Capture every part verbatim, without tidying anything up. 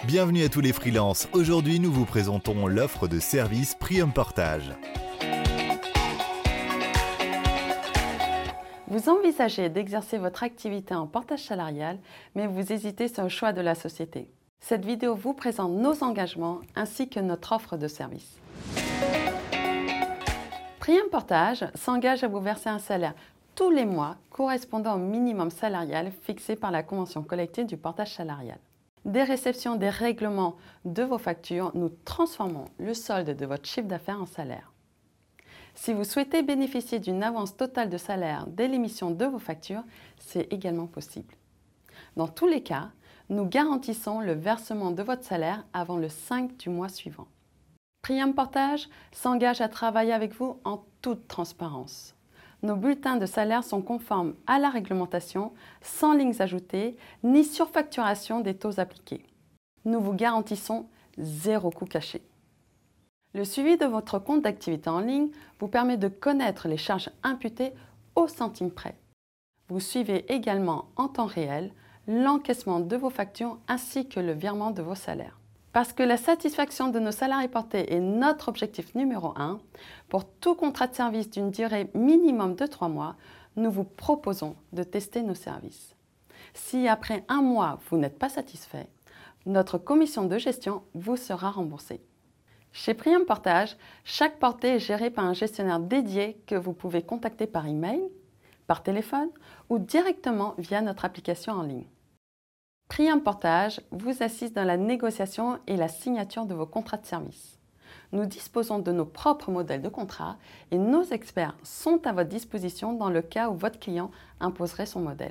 Bienvenue à tous les freelances. Aujourd'hui, nous vous présentons l'offre de service Prium Portage. Vous envisagez d'exercer votre activité en portage salarial, mais vous hésitez sur le choix de la société. Cette vidéo vous présente nos engagements ainsi que notre offre de service. Prium Portage s'engage à vous verser un salaire tous les mois correspondant au minimum salarial fixé par la convention collective du portage salarial. Dès réception des règlements de vos factures, nous transformons le solde de votre chiffre d'affaires en salaire. Si vous souhaitez bénéficier d'une avance totale de salaire dès l'émission de vos factures, c'est également possible. Dans tous les cas, nous garantissons le versement de votre salaire avant le cinq du mois suivant. Prium Portage s'engage à travailler avec vous en toute transparence. Nos bulletins de salaire sont conformes à la réglementation, sans lignes ajoutées, ni surfacturation des taux appliqués. Nous vous garantissons zéro coût caché. Le suivi de votre compte d'activité en ligne vous permet de connaître les charges imputées au centime près. Vous suivez également en temps réel l'encaissement de vos factures ainsi que le virement de vos salaires. Parce que la satisfaction de nos salariés portés est notre objectif numéro un, pour tout contrat de service d'une durée minimum de trois mois, nous vous proposons de tester nos services. Si après un mois, vous n'êtes pas satisfait, notre commission de gestion vous sera remboursée. Chez Prium Portage, chaque portée est gérée par un gestionnaire dédié que vous pouvez contacter par email, par téléphone ou directement via notre application en ligne. Prium Portage vous assiste dans la négociation et la signature de vos contrats de service. Nous disposons de nos propres modèles de contrats et nos experts sont à votre disposition dans le cas où votre client imposerait son modèle.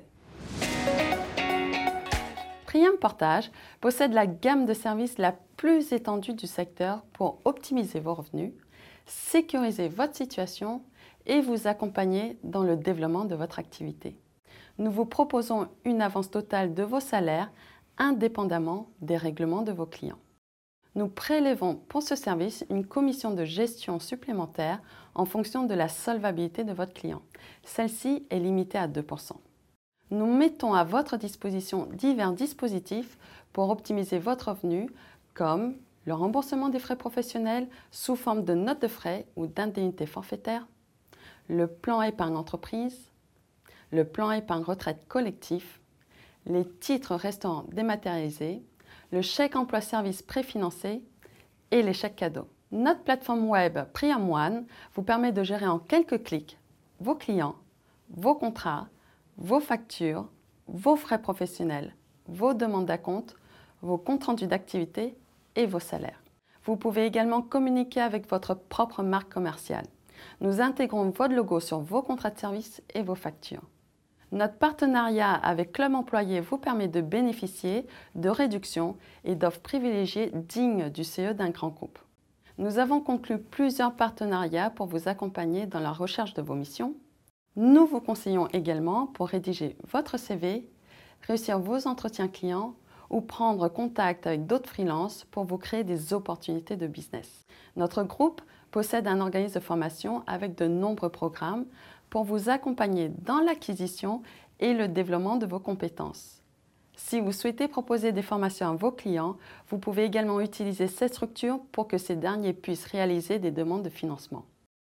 Prium Portage possède la gamme de services la plus étendue du secteur pour optimiser vos revenus, sécuriser votre situation et vous accompagner dans le développement de votre activité. Nous vous proposons une avance totale de vos salaires indépendamment des règlements de vos clients. Nous prélevons pour ce service une commission de gestion supplémentaire en fonction de la solvabilité de votre client. Celle-ci est limitée à deux pour cent. Nous mettons à votre disposition divers dispositifs pour optimiser votre revenu, comme le remboursement des frais professionnels sous forme de notes de frais ou d'indemnités forfaitaires, le plan épargne entreprise, le plan épargne retraite collectif, les titres restants dématérialisés, le chèque emploi service préfinancé et les chèques cadeaux. Notre plateforme web Prium One vous permet de gérer en quelques clics vos clients, vos contrats, vos factures, vos frais professionnels, vos demandes d'acompte, vos comptes rendus d'activité et vos salaires. Vous pouvez également communiquer avec votre propre marque commerciale. Nous intégrons votre logo sur vos contrats de service et vos factures. Notre partenariat avec Club Employé vous permet de bénéficier de réductions et d'offres privilégiées dignes du C E d'un grand groupe. Nous avons conclu plusieurs partenariats pour vous accompagner dans la recherche de vos missions. Nous vous conseillons également pour rédiger votre C V, réussir vos entretiens clients ou prendre contact avec d'autres freelances pour vous créer des opportunités de business. Notre groupe possède un organisme de formation avec de nombreux programmes pour vous accompagner dans l'acquisition et le développement de vos compétences. Si vous souhaitez proposer des formations à vos clients, vous pouvez également utiliser cette structure pour que ces derniers puissent réaliser des demandes de financement.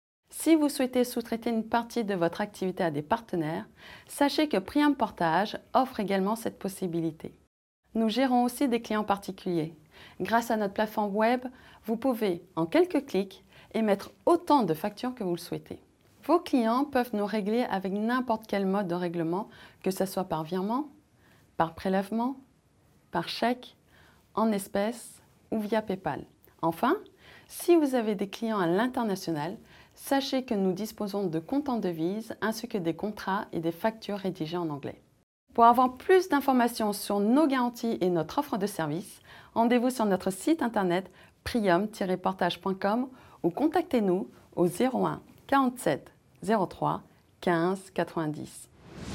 Si vous souhaitez sous-traiter une partie de votre activité à des partenaires, sachez que Prium Portage offre également cette possibilité. Nous gérons aussi des clients particuliers. Grâce à notre plateforme web, vous pouvez, en quelques clics, émettre autant de factures que vous le souhaitez. Vos clients peuvent nous régler avec n'importe quel mode de règlement, que ce soit par virement, par prélèvement, par chèque, en espèces ou via PayPal. Enfin, si vous avez des clients à l'international, sachez que nous disposons de comptes en devises ainsi que des contrats et des factures rédigées en anglais. Pour avoir plus d'informations sur nos garanties et notre offre de service, rendez-vous sur notre site internet prium tiret portage point com ou contactez-nous au zéro un quarante-sept zéro trois quinze quatre-vingt-dix.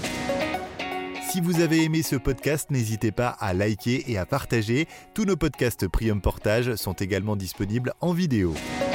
Si vous avez aimé ce podcast, n'hésitez pas à liker et à partager. Tous nos podcasts Prium Portage sont également disponibles en vidéo.